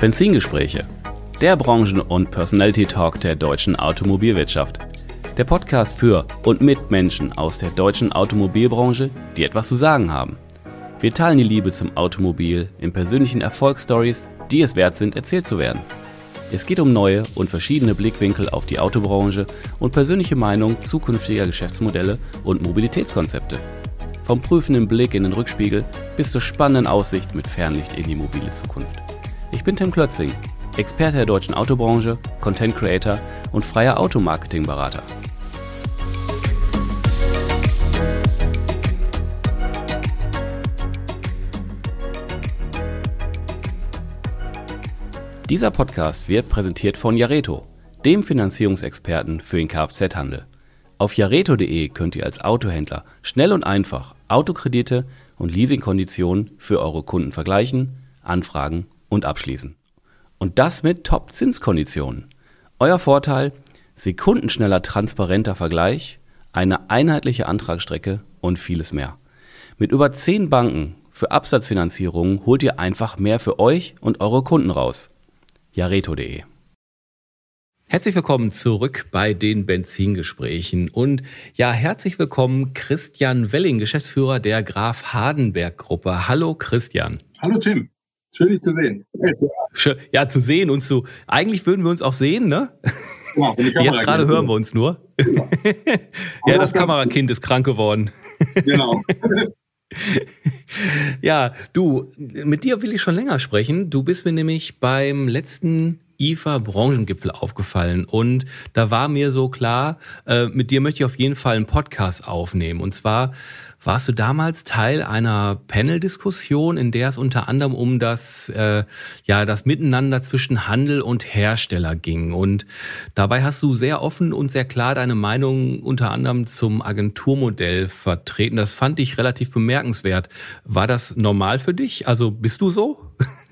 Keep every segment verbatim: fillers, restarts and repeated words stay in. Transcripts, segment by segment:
Benzingespräche, der Branchen- und Personality-Talk der deutschen Automobilwirtschaft. Der Podcast für und mit Menschen aus der deutschen Automobilbranche, die etwas zu sagen haben. Wir teilen die Liebe zum Automobil in persönlichen Erfolgsstories, die es wert sind, erzählt zu werden. Es geht um neue und verschiedene Blickwinkel auf die Autobranche und persönliche Meinung zukünftiger Geschäftsmodelle und Mobilitätskonzepte. Vom prüfenden Blick in den Rückspiegel bis zur spannenden Aussicht mit Fernlicht in die mobile Zukunft. Ich bin Tim Klötzing, Experte der deutschen Autobranche, Content Creator und freier Automarketing-Berater. Dieser Podcast wird präsentiert von Jareto, dem Finanzierungsexperten für den Kfz-Handel. Auf jareto punkt de könnt ihr als Autohändler schnell und einfach Autokredite und Leasingkonditionen für eure Kunden vergleichen, anfragen und abschließen. Und das mit Top-Zinskonditionen. Euer Vorteil: sekundenschneller, transparenter Vergleich, eine einheitliche Antragsstrecke und vieles mehr. Mit über zehn Banken für Absatzfinanzierungen holt ihr einfach mehr für euch und eure Kunden raus. jareto punkt de. Herzlich willkommen zurück bei den Benzingesprächen und ja, herzlich willkommen Christian Welling, Geschäftsführer der Graf Hardenberg Gruppe. Hallo Christian. Hallo Tim, schön dich zu sehen. Ja, zu sehen und zu, eigentlich würden wir uns auch sehen, ne? Ja, jetzt gerade hören wir uns nur. Ja, ja, das Kamerakind ist krank geworden. Genau. Ja, du, mit dir will ich schon länger sprechen. Du bist mir nämlich beim letzten I F A-Branchengipfel aufgefallen und da war mir so klar, äh, mit dir möchte ich auf jeden Fall einen Podcast aufnehmen. Und zwar warst du damals Teil einer Panel-Diskussion, in der es unter anderem um das, äh, ja, das Miteinander zwischen Handel und Hersteller ging. Und dabei hast du sehr offen und sehr klar deine Meinung unter anderem zum Agenturmodell vertreten. Das fand ich relativ bemerkenswert. War das normal für dich? Also bist du so?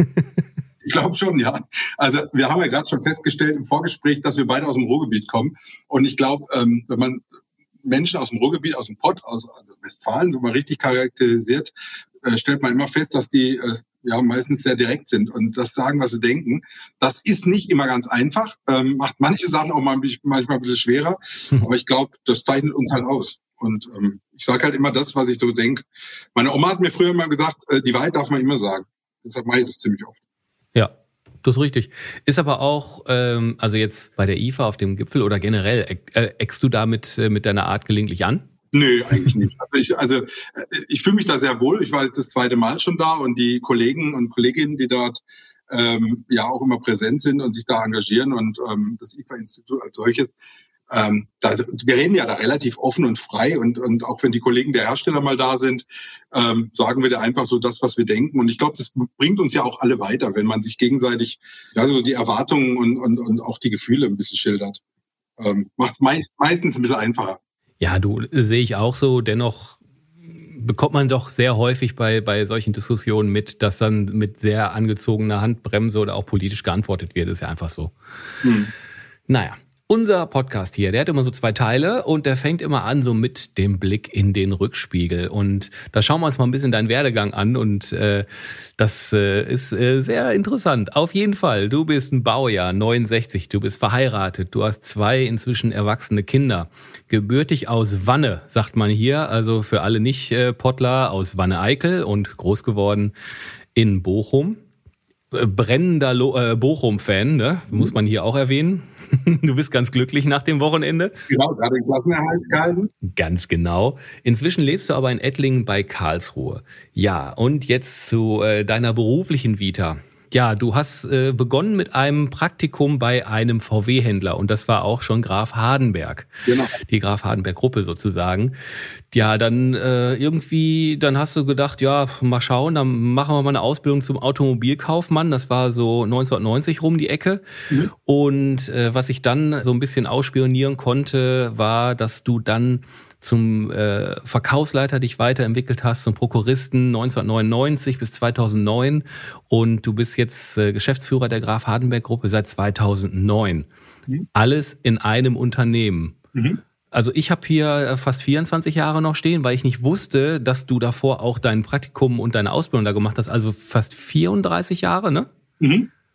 Ich glaube schon, ja. Also wir haben ja gerade schon festgestellt im Vorgespräch, dass wir beide aus dem Ruhrgebiet kommen. Und ich glaube, ähm, wenn man Menschen aus dem Ruhrgebiet, aus dem Pott, aus also Westfalen so mal richtig charakterisiert, äh, stellt man immer fest, dass die äh, ja meistens sehr direkt sind und das sagen, was sie denken. Das ist nicht immer ganz einfach, ähm, macht manche Sachen auch mal ein bisschen, manchmal ein bisschen schwerer. Hm. Aber ich glaube, das zeichnet uns halt aus. Und ähm, ich sage halt immer das, was ich so denke. Meine Oma hat mir früher immer gesagt, äh, die Wahrheit darf man immer sagen. Deshalb mache ich das ziemlich oft. Ja, das ist richtig. Ist aber auch, ähm, also jetzt bei der I F A auf dem Gipfel oder generell, äh, eckst du damit äh, mit deiner Art gelegentlich an? Nö, eigentlich nicht. Also ich, also ich fühle mich da sehr wohl. Ich war jetzt das zweite Mal schon da und die Kollegen und Kolleginnen, die dort ähm, ja auch immer präsent sind und sich da engagieren und ähm, das I F A-Institut als solches, Ähm, da, wir reden ja da relativ offen und frei und, und auch wenn die Kollegen der Hersteller mal da sind, ähm, sagen wir da einfach so das, was wir denken. Und ich glaube, das bringt uns ja auch alle weiter, wenn man sich gegenseitig ja so die Erwartungen und, und, und auch die Gefühle ein bisschen schildert. Ähm, macht es meist, meistens ein bisschen einfacher. Ja, du, sehe ich auch so. Dennoch bekommt man doch sehr häufig bei, bei solchen Diskussionen mit, dass dann mit sehr angezogener Handbremse oder auch politisch geantwortet wird. Das ist ja einfach so. Hm. Naja. Unser Podcast hier, der hat immer so zwei Teile und der fängt immer an so mit dem Blick in den Rückspiegel. Und da schauen wir uns mal ein bisschen deinen Werdegang an und äh, das äh, ist äh, sehr interessant. Auf jeden Fall, du bist ein Baujahr neunundsechzig, du bist verheiratet, du hast zwei inzwischen erwachsene Kinder. Gebürtig aus Wanne, sagt man hier, also für alle Nicht-Pottler aus Wanne-Eickel und groß geworden in Bochum. Brennender Lo- äh, Bochum-Fan, ne? Muss man hier auch erwähnen. Du bist ganz glücklich nach dem Wochenende. Genau, gerade den Klassenerhalt gehalten. Ganz genau. Inzwischen lebst du aber in Ettlingen bei Karlsruhe. Ja, und jetzt zu äh, deiner beruflichen Vita. Ja, du hast äh, begonnen mit einem Praktikum bei einem V W-Händler und das war auch schon Graf Hardenberg. Genau. Die Graf Hardenberg-Gruppe sozusagen. Ja, dann äh, irgendwie, dann hast du gedacht, ja, mal schauen, dann machen wir mal eine Ausbildung zum Automobilkaufmann. Das war so neunzehnhundertneunzig rum die Ecke. Mhm. Und äh, was ich dann so ein bisschen ausspionieren konnte, war, dass du dann zum äh, Verkaufsleiter dich weiterentwickelt hast, zum Prokuristen neunzehnhundertneunundneunzig bis zweitausendneun und du bist jetzt äh, Geschäftsführer der Graf Hardenberg Gruppe seit zweitausendneun. Mhm. Alles in einem Unternehmen. Mhm. Also ich habe hier fast vierundzwanzig Jahre noch stehen, weil ich nicht wusste, dass du davor auch dein Praktikum und deine Ausbildung da gemacht hast. Also fast vierunddreißig Jahre, ne? Mhm.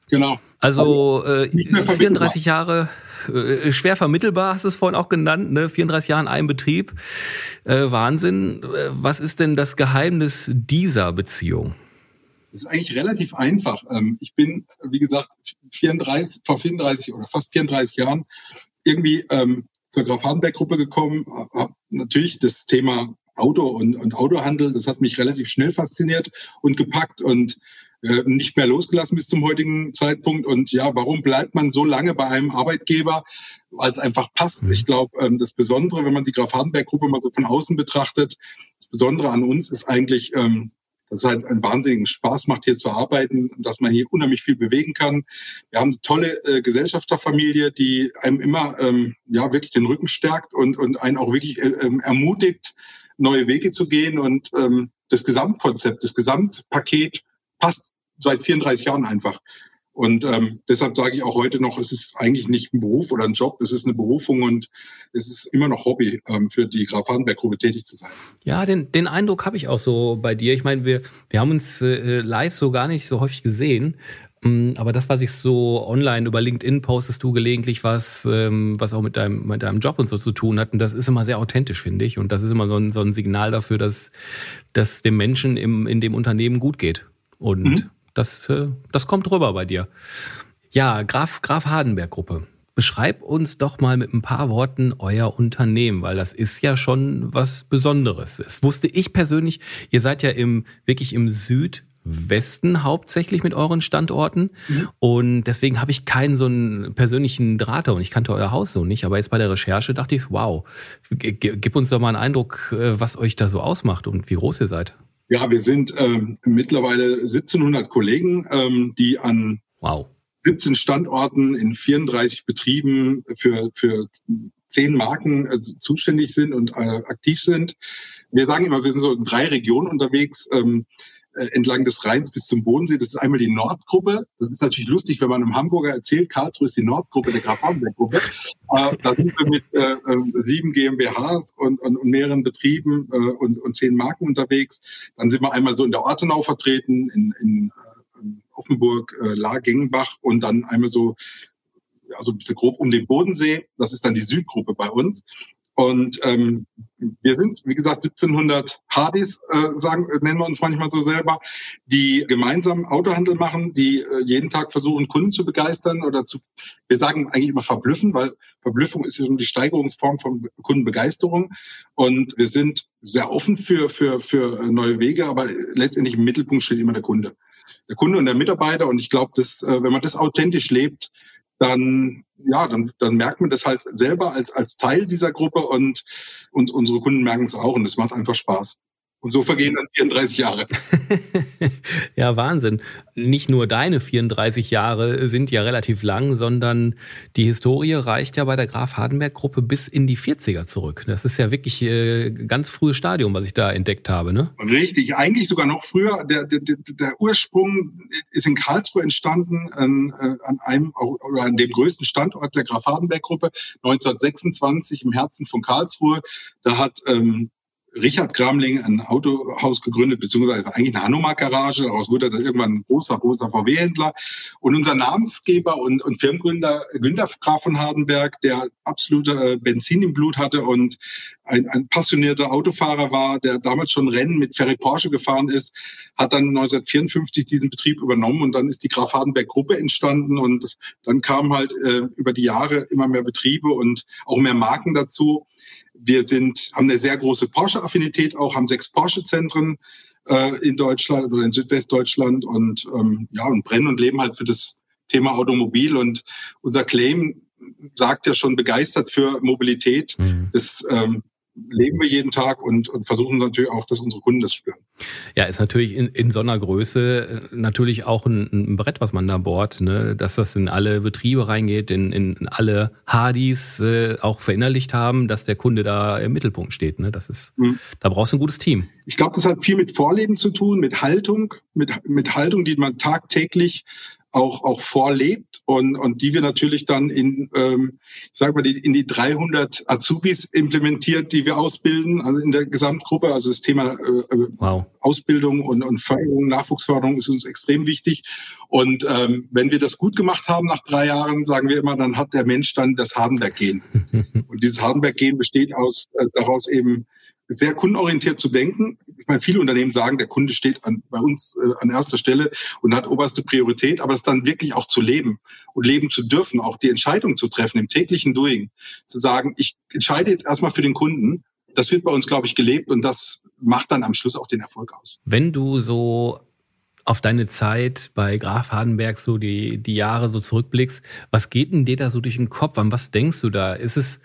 Genau. Also, also äh, vierunddreißig Jahre, äh, schwer vermittelbar, hast du es vorhin auch genannt, ne? vierunddreißig Jahre in einem Betrieb. Äh, Wahnsinn. Was ist denn das Geheimnis dieser Beziehung? Das ist eigentlich relativ einfach. Ich bin, wie gesagt, vierunddreißig, vor vierunddreißig oder fast vierunddreißig Jahren irgendwie ähm, zur Graf-Hardenberg-Gruppe gekommen. Hab natürlich das Thema Auto und, und Autohandel, das hat mich relativ schnell fasziniert und gepackt und äh, nicht mehr losgelassen bis zum heutigen Zeitpunkt. Und ja, warum bleibt man so lange bei einem Arbeitgeber, weil es einfach passt? Ich glaube, ähm, das Besondere, wenn man die Graf-Hardenberg-Gruppe mal so von außen betrachtet, das Besondere an uns ist eigentlich, ähm, dass es halt einen wahnsinnigen Spaß macht, hier zu arbeiten, dass man hier unheimlich viel bewegen kann. Wir haben eine tolle äh, Gesellschafterfamilie, die einem immer ähm, ja wirklich den Rücken stärkt und, und einen auch wirklich äh, ermutigt, neue Wege zu gehen. Und ähm, das Gesamtkonzept, das Gesamtpaket passt seit vierunddreißig Jahren einfach. Und ähm, deshalb sage ich auch heute noch, es ist eigentlich nicht ein Beruf oder ein Job, es ist eine Berufung und es ist immer noch Hobby, ähm, für die Graf-Hardenberg-Gruppe tätig zu sein. Ja, den, den Eindruck habe ich auch so bei dir. Ich meine, wir, wir haben uns äh, live so gar nicht so häufig gesehen. Aber das, was ich so online über LinkedIn postest du gelegentlich was, ähm, was auch mit deinem, mit deinem Job und so zu tun hat. Und das ist immer sehr authentisch, finde ich. Und das ist immer so ein, so ein Signal dafür, dass, dass dem Menschen im, in dem Unternehmen gut geht. Und mhm. Das, das kommt rüber bei dir. Ja, Graf, Graf-Hardenberg-Gruppe. Beschreib uns doch mal mit ein paar Worten euer Unternehmen, weil das ist ja schon was Besonderes. Das wusste ich persönlich. Ihr seid ja im, wirklich im Südwesten hauptsächlich mit euren Standorten. Mhm. Und deswegen habe ich keinen so einen persönlichen Draht und ich kannte euer Haus so nicht. Aber jetzt bei der Recherche dachte ich, wow, gib uns doch mal einen Eindruck, was euch da so ausmacht und wie groß ihr seid. Ja, wir sind ähm, mittlerweile siebzehnhundert Kollegen, ähm, die an wow. siebzehn Standorten in vierunddreißig Betrieben für für zehn Marken äh, zuständig sind und äh, aktiv sind. Wir sagen immer, wir sind so in drei Regionen unterwegs, ähm, äh, entlang des Rheins bis zum Bodensee. Das ist einmal die Nordgruppe. Das ist natürlich lustig, wenn man einem Hamburger erzählt, Karlsruhe ist die Nordgruppe der Graf-Hardenberg-Gruppe. Äh, da sind wir mit äh, sieben GmbHs und, und, und mehreren Betrieben äh, und, und zehn Marken unterwegs. Dann sind wir einmal so in der Ortenau vertreten, in, in, in Offenburg, äh, Lahr, Gengenbach und dann einmal so, ja, so ein bisschen grob um den Bodensee. Das ist dann die Südgruppe bei uns. Und ähm, wir sind, wie gesagt, siebzehnhundert Hardys, äh, sagen, nennen wir uns manchmal so selber, die gemeinsam Autohandel machen, die äh, jeden Tag versuchen, Kunden zu begeistern oder zu, wir sagen eigentlich immer verblüffen, weil Verblüffung ist ja schon die Steigerungsform von Kundenbegeisterung. Und wir sind sehr offen für, für, für neue Wege, aber letztendlich im Mittelpunkt steht immer der Kunde. Der Kunde und der Mitarbeiter. Und ich glaube, dass, äh, wenn man das authentisch lebt, dann, ja, dann, dann merkt man das halt selber als, als Teil dieser Gruppe und, und unsere Kunden merken es auch und es macht einfach Spaß. Und so vergehen dann vierunddreißig Jahre. Ja, Wahnsinn. Nicht nur deine vierunddreißig Jahre sind ja relativ lang, sondern die Historie reicht ja bei der Graf-Hardenberg-Gruppe bis in die vierziger zurück. Das ist ja wirklich äh, ganz frühes Stadium, was ich da entdeckt habe, ne? Richtig, eigentlich sogar noch früher. Der, der, der Ursprung ist in Karlsruhe entstanden, an, an einem oder an dem größten Standort der Graf-Hardenberg-Gruppe, neunzehnhundertsechsundzwanzig im Herzen von Karlsruhe. Da hat ähm, Richard Gramling ein Autohaus gegründet, beziehungsweise eigentlich eine Hanomag-Garage. Daraus wurde dann irgendwann ein großer, großer V W-Händler. Und unser Namensgeber und, und Firmengründer Günter Graf von Hardenberg, der absolute Benzin im Blut hatte und ein, ein passionierter Autofahrer war, der damals schon Rennen mit Ferry Porsche gefahren ist, hat dann neunzehnhundertvierundfünfzig diesen Betrieb übernommen und dann ist die Graf-Hardenberg-Gruppe entstanden und dann kamen halt äh, über die Jahre immer mehr Betriebe und auch mehr Marken dazu. Wir sind, haben eine sehr große Porsche-Affinität auch, haben sechs Porsche-Zentren äh, in Deutschland oder in Südwestdeutschland und ähm, ja und brennen und leben halt für das Thema Automobil. Und unser Claim sagt ja schon begeistert für Mobilität. Mhm. Das ähm, leben wir jeden Tag und, und versuchen natürlich auch, dass unsere Kunden das spüren. Ja, ist natürlich in, in so einer Größe natürlich auch ein, ein Brett, was man da bohrt, ne? Dass das in alle Betriebe reingeht, in, in alle Hardys äh, auch verinnerlicht haben, dass der Kunde da im Mittelpunkt steht. Ne? Das ist, mhm. Da brauchst du ein gutes Team. Ich glaube, das hat viel mit Vorleben zu tun, mit Haltung, mit, mit Haltung, die man tagtäglich auch, auch vorlebt und, und die wir natürlich dann in, ähm, ich sag mal, die, in die dreihundert Azubis implementiert, die wir ausbilden, also in der Gesamtgruppe. Also das Thema äh, wow. Ausbildung und, und Förderung, Nachwuchsförderung ist uns extrem wichtig. Und ähm, wenn wir das gut gemacht haben nach drei Jahren, sagen wir immer, dann hat der Mensch dann das Hardenberg-Gen. Und dieses Hardenberg-Gen besteht aus äh, daraus eben sehr kundenorientiert zu denken. Ich meine, viele Unternehmen sagen, der Kunde steht an, bei uns äh, an erster Stelle und hat oberste Priorität, aber es dann wirklich auch zu leben und leben zu dürfen, auch die Entscheidung zu treffen im täglichen Doing, zu sagen, ich entscheide jetzt erstmal für den Kunden. Das wird bei uns, glaube ich, gelebt und das macht dann am Schluss auch den Erfolg aus. Wenn du so auf deine Zeit bei Graf Hardenberg so die, die Jahre so zurückblickst, was geht denn dir da so durch den Kopf? An was denkst du da? Ist es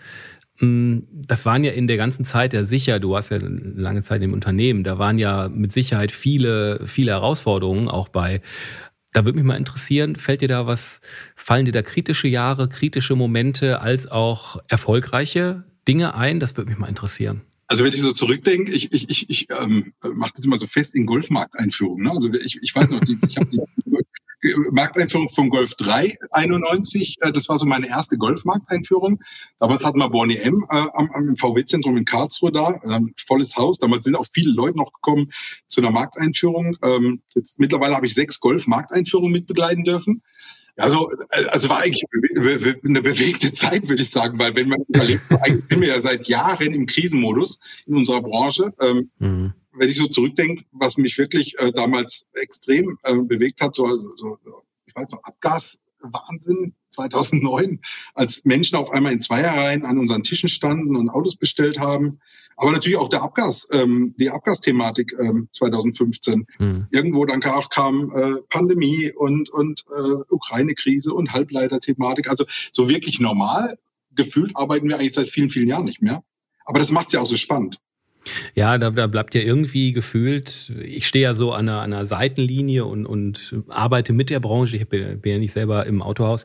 Das waren ja in der ganzen Zeit ja sicher, du warst ja lange Zeit im Unternehmen, da waren ja mit Sicherheit viele, viele Herausforderungen auch bei. Da würde mich mal interessieren, fällt dir da was, fallen dir da kritische Jahre, kritische Momente als auch erfolgreiche Dinge ein? Das würde mich mal interessieren. Also wenn ich so zurückdenke, ich, ich, ich, ich ähm, mache das immer so fest in Golfmarkteinführungen. Ne? Also ich, ich weiß noch, die, ich habe die Markteinführung vom Golf drei einundneunzig, das war so meine erste Golfmarkteinführung. Damals hatten wir Bonnie M. äh, am, am V W-Zentrum in Karlsruhe da, ähm, volles Haus. Damals sind auch viele Leute noch gekommen zu einer Markteinführung. Ähm, jetzt mittlerweile habe ich sechs Golf-Markteinführungen mitbegleiten dürfen. Also, also war eigentlich eine bewegte Zeit, würde ich sagen, weil wenn man überlegt, eigentlich sind wir ja seit Jahren im Krisenmodus in unserer Branche. Ähm, mhm. Wenn ich so zurückdenke, was mich wirklich äh, damals extrem äh, bewegt hat, so, so, ich weiß noch, Abgaswahnsinn zweitausendneun, als Menschen auf einmal in Zweierreihen an unseren Tischen standen und Autos bestellt haben. Aber natürlich auch der Abgas, ähm, die Abgasthematik ähm, zweitausendfünfzehn. Hm. Irgendwo dann auch kam äh, Pandemie und, und äh, Ukraine-Krise und Halbleiterthematik. Also so wirklich normal gefühlt arbeiten wir eigentlich seit vielen, vielen Jahren nicht mehr. Aber das macht es ja auch so spannend. Ja, da, da bleibt ja irgendwie gefühlt, ich stehe ja so an einer, an einer Seitenlinie und, und arbeite mit der Branche, ich bin, bin ja nicht selber im Autohaus,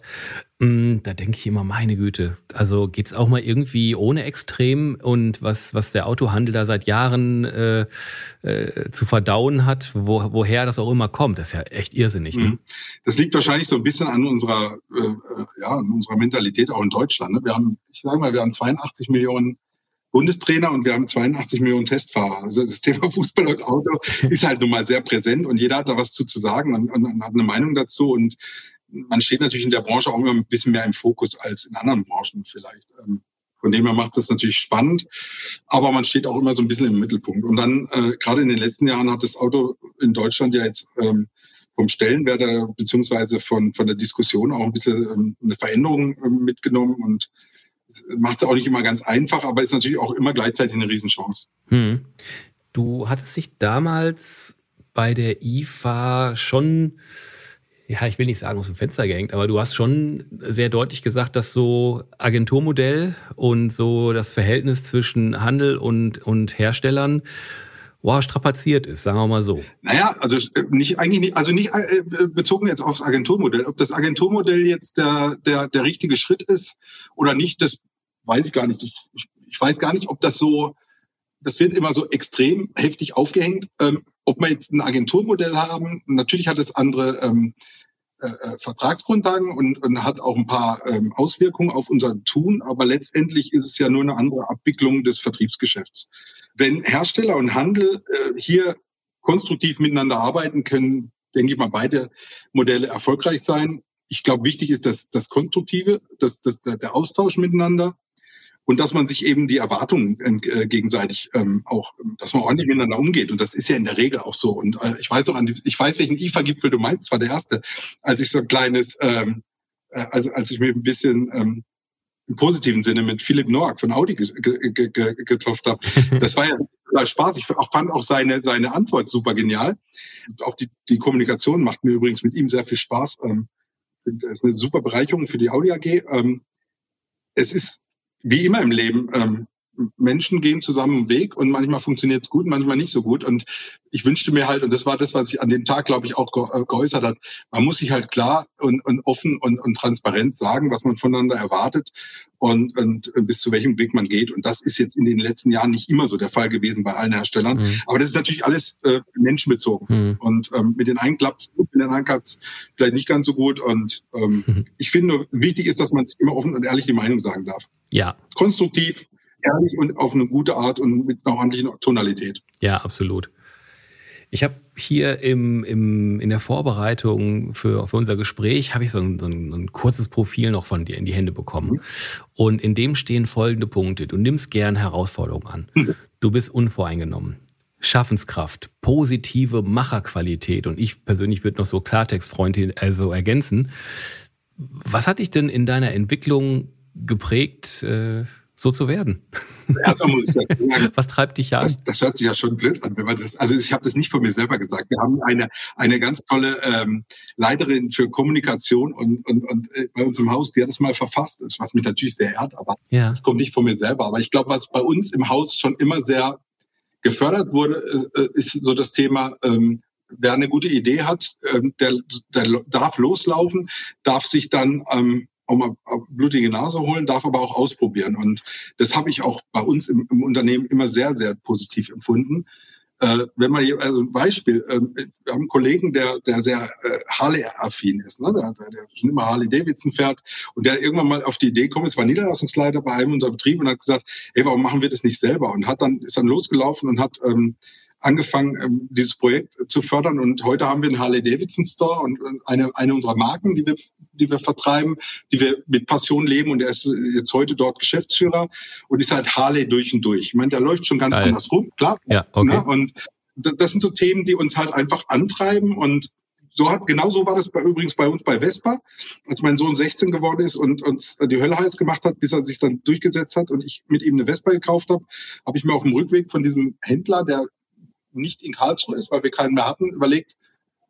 da denke ich immer, meine Güte, also geht's auch mal irgendwie ohne Extrem und was, was der Autohandel da seit Jahren äh, äh, zu verdauen hat, wo, woher das auch immer kommt, das ist ja echt irrsinnig. Ne? Das liegt wahrscheinlich so ein bisschen an unserer, äh, ja, an unserer Mentalität auch in Deutschland. Ne? Wir haben, ich sage mal, wir haben zweiundachtzig Millionen Bundestrainer und wir haben zweiundachtzig Millionen Testfahrer. Also das Thema Fußball und Auto ist halt nun mal sehr präsent und jeder hat da was zu, zu sagen und, und, und hat eine Meinung dazu und man steht natürlich in der Branche auch immer ein bisschen mehr im Fokus als in anderen Branchen vielleicht. Von dem her macht es das natürlich spannend, aber man steht auch immer so ein bisschen im Mittelpunkt. Und dann, äh, gerade in den letzten Jahren hat das Auto in Deutschland ja jetzt ähm, vom Stellenwert äh, beziehungsweise von, von der Diskussion auch ein bisschen ähm, eine Veränderung äh, mitgenommen und macht es auch nicht immer ganz einfach, aber ist natürlich auch immer gleichzeitig eine Riesenchance. Hm. Du hattest dich damals bei der I F A schon, ja, ich will nicht sagen aus dem Fenster gehängt, aber du hast schon sehr deutlich gesagt, dass so Agenturmodell und so das Verhältnis zwischen Handel und, und Herstellern wow, strapaziert ist, sagen wir mal so. Naja, also nicht eigentlich nicht, also nicht äh, bezogen jetzt aufs Agenturmodell. Ob das Agenturmodell jetzt der, der, der richtige Schritt ist oder nicht, das weiß ich gar nicht. Ich, ich weiß gar nicht, ob das so, das wird immer so extrem heftig aufgehängt. Ähm, ob wir jetzt ein Agenturmodell haben, natürlich hat es andere ähm, äh, Vertragsgrundlagen und, und hat auch ein paar ähm, Auswirkungen auf unser Tun, aber letztendlich ist es ja nur eine andere Abwicklung des Vertriebsgeschäfts. Wenn Hersteller und Handel äh, hier konstruktiv miteinander arbeiten können, denke ich mal, beide Modelle erfolgreich sein. Ich glaube, wichtig ist das, das Konstruktive, das, das, der Austausch miteinander und dass man sich eben die Erwartungen äh, gegenseitig ähm, auch, dass man ordentlich miteinander umgeht. Und das ist ja in der Regel auch so. Und äh, ich weiß noch an diese, ich weiß, welchen I F A-Gipfel du meinst, war der erste, als ich so ein kleines, ähm, äh, also als ich mir ein bisschen ähm, im positiven Sinne mit Philipp Noack von Audi getroffen habe. Das war ja total Spaß. Ich fand auch seine, seine Antwort super genial. Auch die, die Kommunikation macht mir übrigens mit ihm sehr viel Spaß. Das ist eine super Bereicherung für die Audi A G. Es ist wie immer im Leben, Menschen gehen zusammen einen Weg und manchmal funktioniert es gut, manchmal nicht so gut. Und ich wünschte mir halt, und das war das, was ich an dem Tag, glaube ich, auch ge- geäußert hat, man muss sich halt klar und, und offen und, und transparent sagen, was man voneinander erwartet und, und bis zu welchem Weg man geht. Und das ist jetzt in den letzten Jahren nicht immer so der Fall gewesen bei allen Herstellern. Mhm. Aber das ist natürlich alles äh, menschenbezogen. Mhm. Und ähm, mit den einen klappt es gut, mit den anderen klappt es vielleicht nicht ganz so gut. Und ähm, mhm. ich finde, wichtig ist, dass man sich immer offen und ehrlich die Meinung sagen darf. Ja. Konstruktiv, ehrlich und auf eine gute Art und mit einer ordentlichen Tonalität. Ja, absolut. Ich habe hier im, im, in der Vorbereitung für, für unser Gespräch habe ich so ein, so ein, ein kurzes Profil noch von dir in die Hände bekommen. Mhm. Und in dem stehen folgende Punkte. Du nimmst gern Herausforderungen an. Mhm. Du bist unvoreingenommen. Schaffenskraft, positive Macherqualität. Und ich persönlich würde noch so Klartextfreundin also ergänzen. Was hat dich denn in deiner Entwicklung geprägt, äh, so zu werden? Erstmal muss ich sagen, was treibt dich an? Das, das hört sich ja schon blöd an, wenn man das. Also ich habe das nicht von mir selber gesagt. Wir haben eine eine ganz tolle ähm, Leiterin für Kommunikation und und und äh, bei uns im Haus, die hat das mal verfasst, was mich natürlich sehr ehrt, aber ja. Das kommt nicht von mir selber. Aber ich glaube, was bei uns im Haus schon immer sehr gefördert wurde, äh, ist so das Thema. Ähm, Wer eine gute Idee hat, ähm, der, der darf loslaufen, darf sich dann ähm, auch mal blutige Nase holen, darf aber auch ausprobieren. Und das habe ich auch bei uns im, im Unternehmen immer sehr, sehr positiv empfunden. Äh, wenn man hier, also ein Beispiel, äh, wir haben einen Kollegen, der, der sehr äh, Harley-affin ist, ne? der, der, der schon immer Harley-Davidson fährt und der irgendwann mal auf die Idee kommt, es war Niederlassungsleiter bei einem unserer Betriebe und hat gesagt, hey, warum machen wir das nicht selber? Und hat dann, ist dann losgelaufen und hat ähm, angefangen, dieses Projekt zu fördern. Und heute haben wir einen Harley-Davidson-Store und eine, eine unserer Marken, die wir, die wir vertreiben, die wir mit Passion leben. Und er ist jetzt heute dort Geschäftsführer und ist halt Harley durch und durch. Ich meine, der läuft schon ganz Geil. anders rum, klar. Ja, okay. Ne? Und das sind so Themen, die uns halt einfach antreiben. Und so hat, genau so war das bei, übrigens bei uns bei Vespa, als mein Sohn sechzehn geworden ist und uns die Hölle heiß gemacht hat, bis er sich dann durchgesetzt hat und ich mit ihm eine Vespa gekauft habe, habe ich mir auf dem Rückweg von diesem Händler, der nicht in Karlsruhe ist, weil wir keinen mehr hatten, überlegt,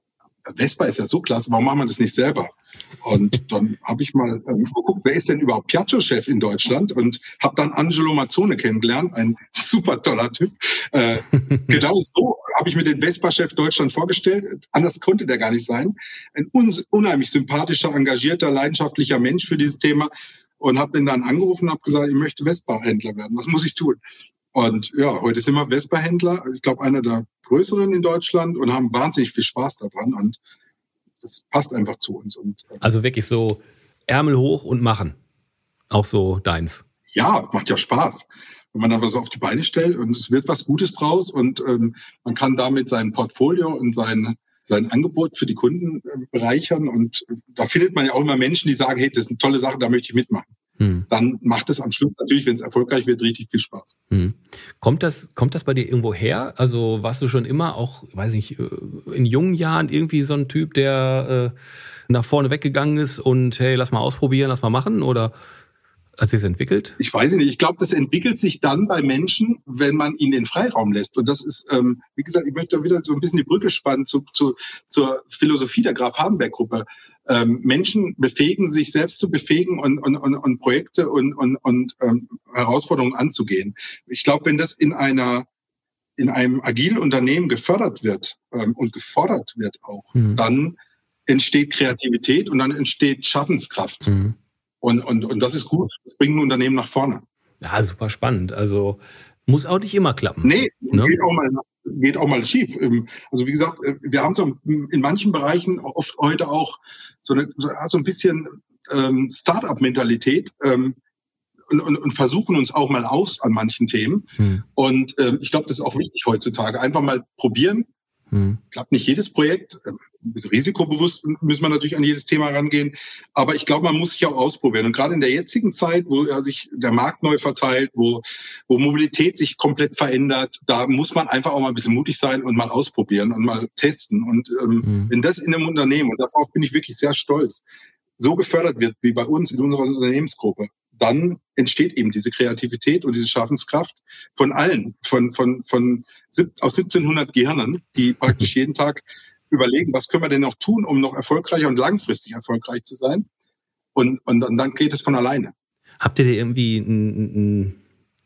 Vespa ist ja so klasse, warum machen wir das nicht selber? Und dann habe ich mal ähm, geguckt, wer ist denn überhaupt Piaggio-Chef in Deutschland? Und habe dann Angelo Mazzone kennengelernt, ein super toller Typ. Äh, genau so habe ich mir den Vespa-Chef Deutschland vorgestellt. Anders konnte der gar nicht sein. Ein un- unheimlich sympathischer, engagierter, leidenschaftlicher Mensch für dieses Thema. Und habe ihn dann angerufen und habe gesagt, ich möchte Vespa-Händler werden. Was muss ich tun? Und ja, heute sind wir Vespa-Händler, ich glaube einer der größeren in Deutschland und haben wahnsinnig viel Spaß daran und das passt einfach zu uns. Und, äh, also wirklich so Ärmel hoch und machen, auch so deins. Ja, macht ja Spaß, wenn man dann was auf die Beine stellt und es wird was Gutes draus und ähm, man kann damit sein Portfolio und sein, sein Angebot für die Kunden äh, bereichern und äh, da findet man ja auch immer Menschen, die sagen, hey, das ist eine tolle Sache, da möchte ich mitmachen. Hm. Dann macht es am Schluss natürlich, wenn es erfolgreich wird, richtig viel Spaß. Hm. Kommt das, kommt das bei dir irgendwo her? Also warst du schon immer auch, weiß nicht, in jungen Jahren irgendwie so ein Typ, der äh, nach vorne weggegangen ist und hey, lass mal ausprobieren, lass mal machen? Oder hat sich das entwickelt? Ich weiß nicht. Ich glaube, das entwickelt sich dann bei Menschen, wenn man ihnen den Freiraum lässt. Und das ist, ähm, wie gesagt, ich möchte da wieder so ein bisschen die Brücke spannen zu, zu, zur Philosophie der Graf-Hardenberg-Gruppe. Ähm, Menschen befähigen, sich selbst zu befähigen und, und, und, und Projekte und, und, und ähm, Herausforderungen anzugehen. Ich glaube, wenn das in einer in einem agilen Unternehmen gefördert wird ähm, und gefordert wird auch, mhm. dann entsteht Kreativität und dann entsteht Schaffenskraft. Mhm. Und, und, und das ist gut. Das bringt ein Unternehmen nach vorne. Ja, super spannend. Also muss auch nicht immer klappen. Nee, ne? geht, auch mal, geht auch mal schief. Also wie gesagt, wir haben so in manchen Bereichen oft heute auch so, eine, so ein bisschen ähm, Start-up-Mentalität ähm, und, und, und versuchen uns auch mal aus an manchen Themen. Hm. Und ähm, ich glaube, das ist auch wichtig heutzutage. Einfach mal probieren. Hm. Klappt nicht jedes Projekt. Risikobewusst müssen wir natürlich an jedes Thema rangehen. Aber ich glaube, man muss sich auch ausprobieren. Und gerade in der jetzigen Zeit, wo ja sich der Markt neu verteilt, wo, wo Mobilität sich komplett verändert, da muss man einfach auch mal ein bisschen mutig sein und mal ausprobieren und mal testen. Und ähm, hm. wenn das in einem Unternehmen, und darauf bin ich wirklich sehr stolz, so gefördert wird wie bei uns in unserer Unternehmensgruppe, dann entsteht eben diese Kreativität und diese Schaffenskraft von allen, von, von, von aus siebzehnhundert Gehirnen, die praktisch jeden Tag überlegen, was können wir denn noch tun, um noch erfolgreicher und langfristig erfolgreich zu sein. Und, und, und dann geht es von alleine. Habt ihr da irgendwie ein, ein,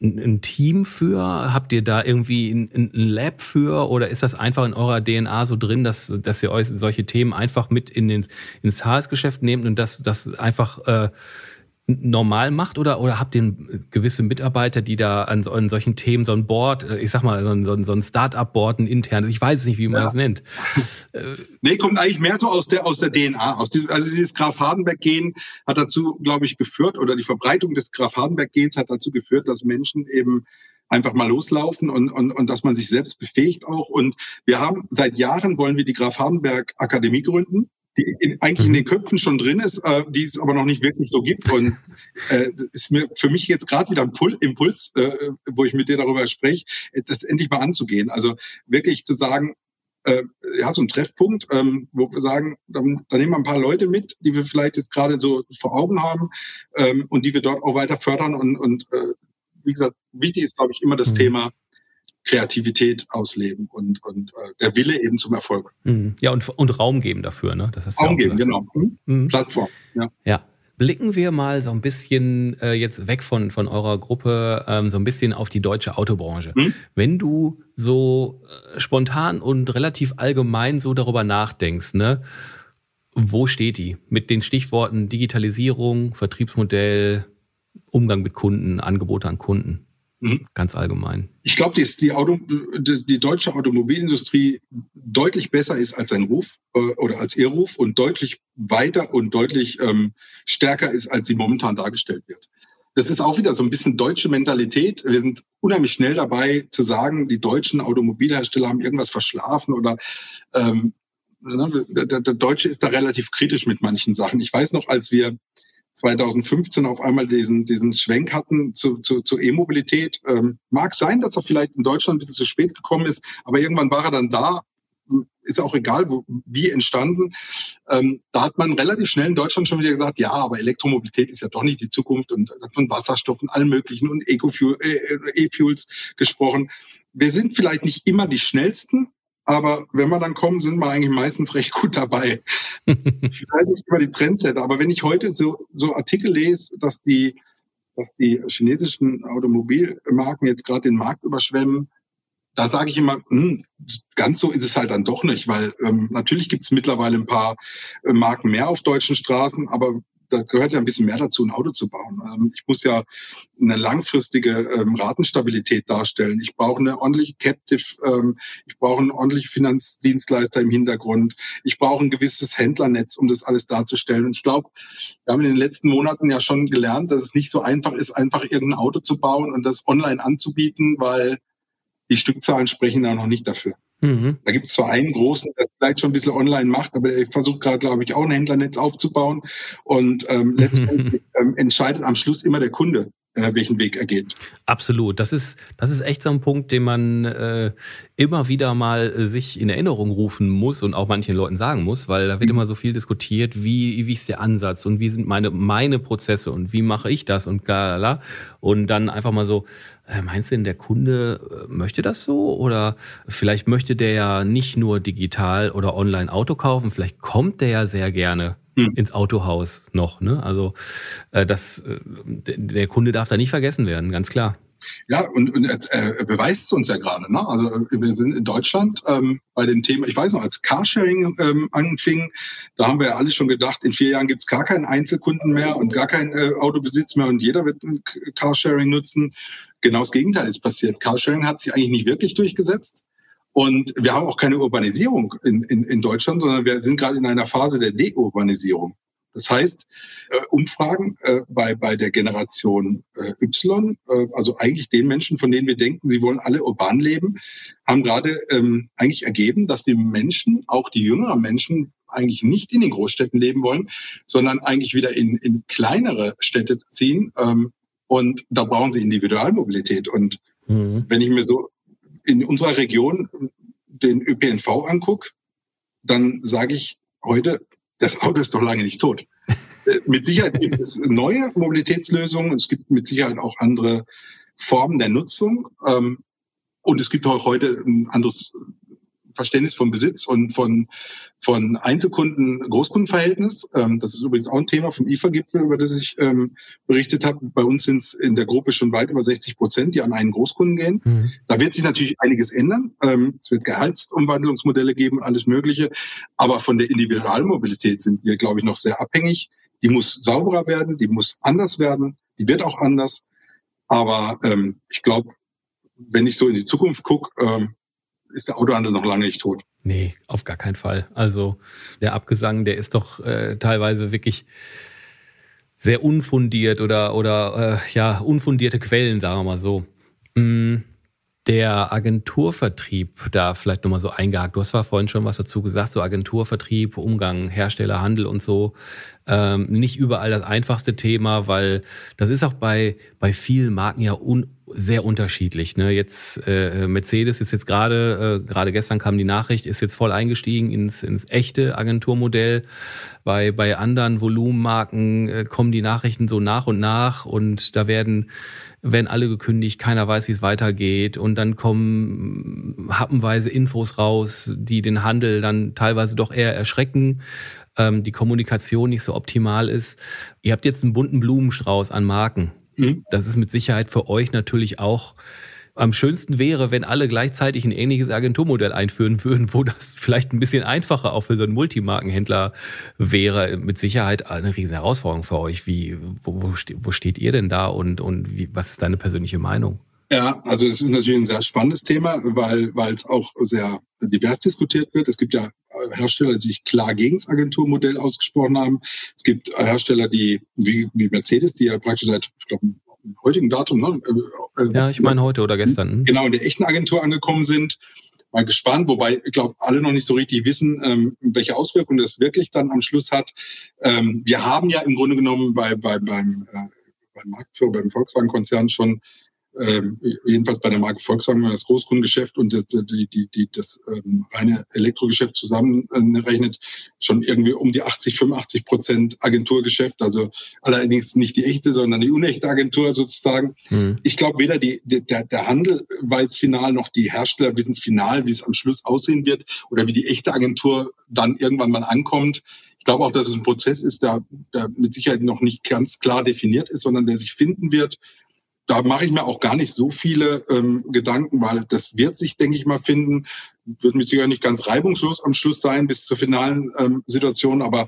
ein, ein Team für? Habt ihr da irgendwie ein, ein Lab für? Oder ist das einfach in eurer D N A so drin, dass, dass ihr euch solche Themen einfach mit in den, ins SaaS-Geschäft nehmt und das, das einfach äh, normal macht? Oder, oder habt ihr gewisse Mitarbeiter, die da an, an solchen Themen so ein Board, ich sag mal, so ein, so ein Start-up-Board, ein internes, ich weiß es nicht, wie man ja. das nennt. Nee, kommt eigentlich mehr so aus der, aus der D N A. Aus diesem, also dieses Graf-Hardenberg-Gen hat dazu, glaube ich, geführt, oder die Verbreitung des Graf-Hardenberg-Gens hat dazu geführt, dass Menschen eben einfach mal loslaufen und, und, und dass man sich selbst befähigt auch. Und wir haben seit Jahren, wollen wir die Graf-Hardenberg-Akademie gründen, die in, eigentlich in den Köpfen schon drin ist, äh, die es aber noch nicht wirklich so gibt. Und äh, das ist mir für mich jetzt gerade wieder ein Pul- Impuls, äh, wo ich mit dir darüber spreche, das endlich mal anzugehen. Also wirklich zu sagen, äh, ja, so ein Treffpunkt, ähm, wo wir sagen, da, da nehmen wir ein paar Leute mit, die wir vielleicht jetzt gerade so vor Augen haben ähm, und die wir dort auch weiter fördern. Und, und äh, wie gesagt, wichtig ist, glaube ich, immer das mhm. Thema Kreativität ausleben und, und äh, der Wille eben zum Erfolg. Ja, und, und Raum geben dafür, ne? Das ist Raum ja geben, genau. Mhm. Plattform, ja. Ja. Blicken wir mal so ein bisschen äh, jetzt weg von, von eurer Gruppe, ähm, so ein bisschen auf die deutsche Autobranche. Mhm. Wenn du so äh, spontan und relativ allgemein so darüber nachdenkst, ne? Wo steht die? Mit den Stichworten Digitalisierung, Vertriebsmodell, Umgang mit Kunden, Angebote an Kunden. Mhm. Ganz allgemein. Ich glaube, dass die, Auto, die, die deutsche Automobilindustrie deutlich besser ist als sein Ruf äh, oder als ihr Ruf und deutlich weiter und deutlich ähm, stärker ist, als sie momentan dargestellt wird. Das ist auch wieder so ein bisschen deutsche Mentalität. Wir sind unheimlich schnell dabei zu sagen, die deutschen Automobilhersteller haben irgendwas verschlafen oder ähm, der, der, der Deutsche ist da relativ kritisch mit manchen Sachen. Ich weiß noch, als wir zwanzig fünfzehn auf einmal diesen, diesen Schwenk hatten zu, zu, zu E-Mobilität. Ähm, mag sein, dass er vielleicht in Deutschland ein bisschen zu spät gekommen ist, aber irgendwann war er dann da. Ist auch egal, wo, wie entstanden. Ähm, da hat man relativ schnell in Deutschland schon wieder gesagt, ja, aber Elektromobilität ist ja doch nicht die Zukunft und von Wasserstoffen, allen möglichen und Eco-Fuel, äh, E-Fuels gesprochen. Wir sind vielleicht nicht immer die schnellsten, aber wenn wir dann kommen, sind wir eigentlich meistens recht gut dabei. Vielleicht nicht immer die Trendsetter, aber wenn ich heute so, so Artikel lese, dass die, dass die chinesischen Automobilmarken jetzt gerade den Markt überschwemmen, da sage ich immer, hm, ganz so ist es halt dann doch nicht, weil ähm, natürlich gibt es mittlerweile ein paar äh, Marken mehr auf deutschen Straßen, aber da gehört ja ein bisschen mehr dazu, ein Auto zu bauen. Ähm, ich muss ja eine langfristige ähm, Ratenstabilität darstellen. Ich brauche eine ordentliche Captive, ähm, ich brauche einen ordentlichen Finanzdienstleister im Hintergrund. Ich brauche ein gewisses Händlernetz, um das alles darzustellen. Und ich glaube, wir haben in den letzten Monaten ja schon gelernt, dass es nicht so einfach ist, einfach irgendein Auto zu bauen und das online anzubieten, weil die Stückzahlen sprechen da noch nicht dafür. Mhm. Da gibt es zwar einen großen, der vielleicht schon ein bisschen online macht, aber der versucht gerade, glaube ich, auch ein Händlernetz aufzubauen. Und ähm, letztendlich ähm, entscheidet am Schluss immer der Kunde, äh, welchen Weg er geht. Absolut. Das ist, das ist echt so ein Punkt, den man äh, immer wieder mal äh, sich in Erinnerung rufen muss und auch manchen Leuten sagen muss, weil da wird mhm. immer so viel diskutiert, wie, wie ist der Ansatz und wie sind meine, meine Prozesse und wie mache ich das und galala. Und dann einfach mal so, meinst du denn, der Kunde möchte das so? Oder vielleicht möchte der ja nicht nur digital oder online Auto kaufen, vielleicht kommt der ja sehr gerne hm. ins Autohaus noch. Ne? Also das, der Kunde darf da nicht vergessen werden, ganz klar. Ja, und, und er, er beweist es uns ja gerade. Ne? Also wir sind in Deutschland ähm, bei dem Thema, ich weiß noch, als Carsharing ähm, anfing, da haben wir ja alle schon gedacht, in vier Jahren gibt es gar keinen Einzelkunden mehr und gar keinen äh, Autobesitz mehr und jeder wird ein Carsharing nutzen. Genau das Gegenteil ist passiert. Carsharing hat sich eigentlich nicht wirklich durchgesetzt. Und wir haben auch keine Urbanisierung in, in, in Deutschland, sondern wir sind gerade in einer Phase der Deurbanisierung. Das heißt, äh, Umfragen äh, bei, bei der Generation äh, Y, äh, also eigentlich den Menschen, von denen wir denken, sie wollen alle urban leben, haben gerade ähm, eigentlich ergeben, dass die Menschen, auch die jüngeren Menschen, eigentlich nicht in den Großstädten leben wollen, sondern eigentlich wieder in, in kleinere Städte ziehen. Ähm, und da brauchen sie Individualmobilität. Und mhm. wenn ich mir so in unserer Region den Ö P N V angucke, dann sage ich heute, das Auto ist doch lange nicht tot. Mit Sicherheit gibt es neue Mobilitätslösungen. Es gibt mit Sicherheit auch andere Formen der Nutzung. Und es gibt auch heute ein anderes Verständnis von Besitz und von, von Einzelkunden-Großkundenverhältnis. Ähm, das ist übrigens auch ein Thema vom I F A-Gipfel, über das ich ähm, berichtet habe. Bei uns sind es in der Gruppe schon weit über sechzig Prozent, die an einen Großkunden gehen. Mhm. Da wird sich natürlich einiges ändern. Ähm, es wird Gehaltsumwandlungsmodelle geben und alles Mögliche. Aber von der Individualmobilität sind wir, glaube ich, noch sehr abhängig. Die muss sauberer werden, die muss anders werden, die wird auch anders. Aber ähm, ich glaube, wenn ich so in die Zukunft gucke, ähm, ist der Autohandel noch lange nicht tot. Nee, auf gar keinen Fall. Also der Abgesang, der ist doch äh, teilweise wirklich sehr unfundiert oder, oder äh, ja, unfundierte Quellen, sagen wir mal so. Mm, der Agenturvertrieb, da vielleicht nochmal so eingehakt. Du hast zwar vorhin schon was dazu gesagt, so Agenturvertrieb, Umgang, Hersteller, Handel und so. Ähm, nicht überall das einfachste Thema, weil das ist auch bei, bei vielen Marken ja un, sehr unterschiedlich. Ne? Jetzt äh, Mercedes ist jetzt gerade, äh, gerade gestern kam die Nachricht, ist jetzt voll eingestiegen ins, ins echte Agenturmodell. Bei, bei anderen Volumenmarken äh, kommen die Nachrichten so nach und nach und da werden werden alle gekündigt, keiner weiß, wie es weitergeht und dann kommen happenweise Infos raus, die den Handel dann teilweise doch eher erschrecken, ähm, die Kommunikation nicht so optimal ist. Ihr habt jetzt einen bunten Blumenstrauß an Marken. Mhm. Das ist mit Sicherheit für euch natürlich auch am schönsten wäre, wenn alle gleichzeitig ein ähnliches Agenturmodell einführen würden, wo das vielleicht ein bisschen einfacher auch für so einen Multimarkenhändler wäre. Mit Sicherheit eine riesen Herausforderung für euch. Wie, wo, wo, ste- wo steht ihr denn da und, und wie, was ist deine persönliche Meinung? Ja, also es ist natürlich ein sehr spannendes Thema, weil weil es auch sehr divers diskutiert wird. Es gibt ja Hersteller, die sich klar gegen das Agenturmodell ausgesprochen haben. Es gibt Hersteller, die wie, wie Mercedes, die ja praktisch seit, ich glaube, im heutigen Datum, ne? Äh, ja, ich meine heute oder gestern. Genau, in der echten Agentur angekommen sind. Mal gespannt, wobei, ich glaube, alle noch nicht so richtig wissen, ähm, welche Auswirkungen das wirklich dann am Schluss hat. Ähm, wir haben ja im Grunde genommen bei, bei, beim, äh, beim Marktführer, beim Volkswagen-Konzern schon Ähm, jedenfalls bei der Marke Volkswagen, wenn man das Großkundengeschäft und das, die, die, die, das ähm, reine Elektrogeschäft zusammenrechnet, schon irgendwie um die achtzig, fünfundachtzig Prozent Agenturgeschäft, also allerdings nicht die echte, sondern die unechte Agentur sozusagen. Mhm. Ich glaube, weder die, der, der Handel weiß final, noch die Hersteller wissen final, wie es am Schluss aussehen wird oder wie die echte Agentur dann irgendwann mal ankommt. Ich glaube auch, dass es ein Prozess ist, der, der mit Sicherheit noch nicht ganz klar definiert ist, sondern der sich finden wird. Da mache ich mir auch gar nicht so viele ähm, Gedanken, weil das wird sich, denke ich mal, finden. Wird mit Sicherheit nicht ganz reibungslos am Schluss sein bis zur finalen ähm, Situation, aber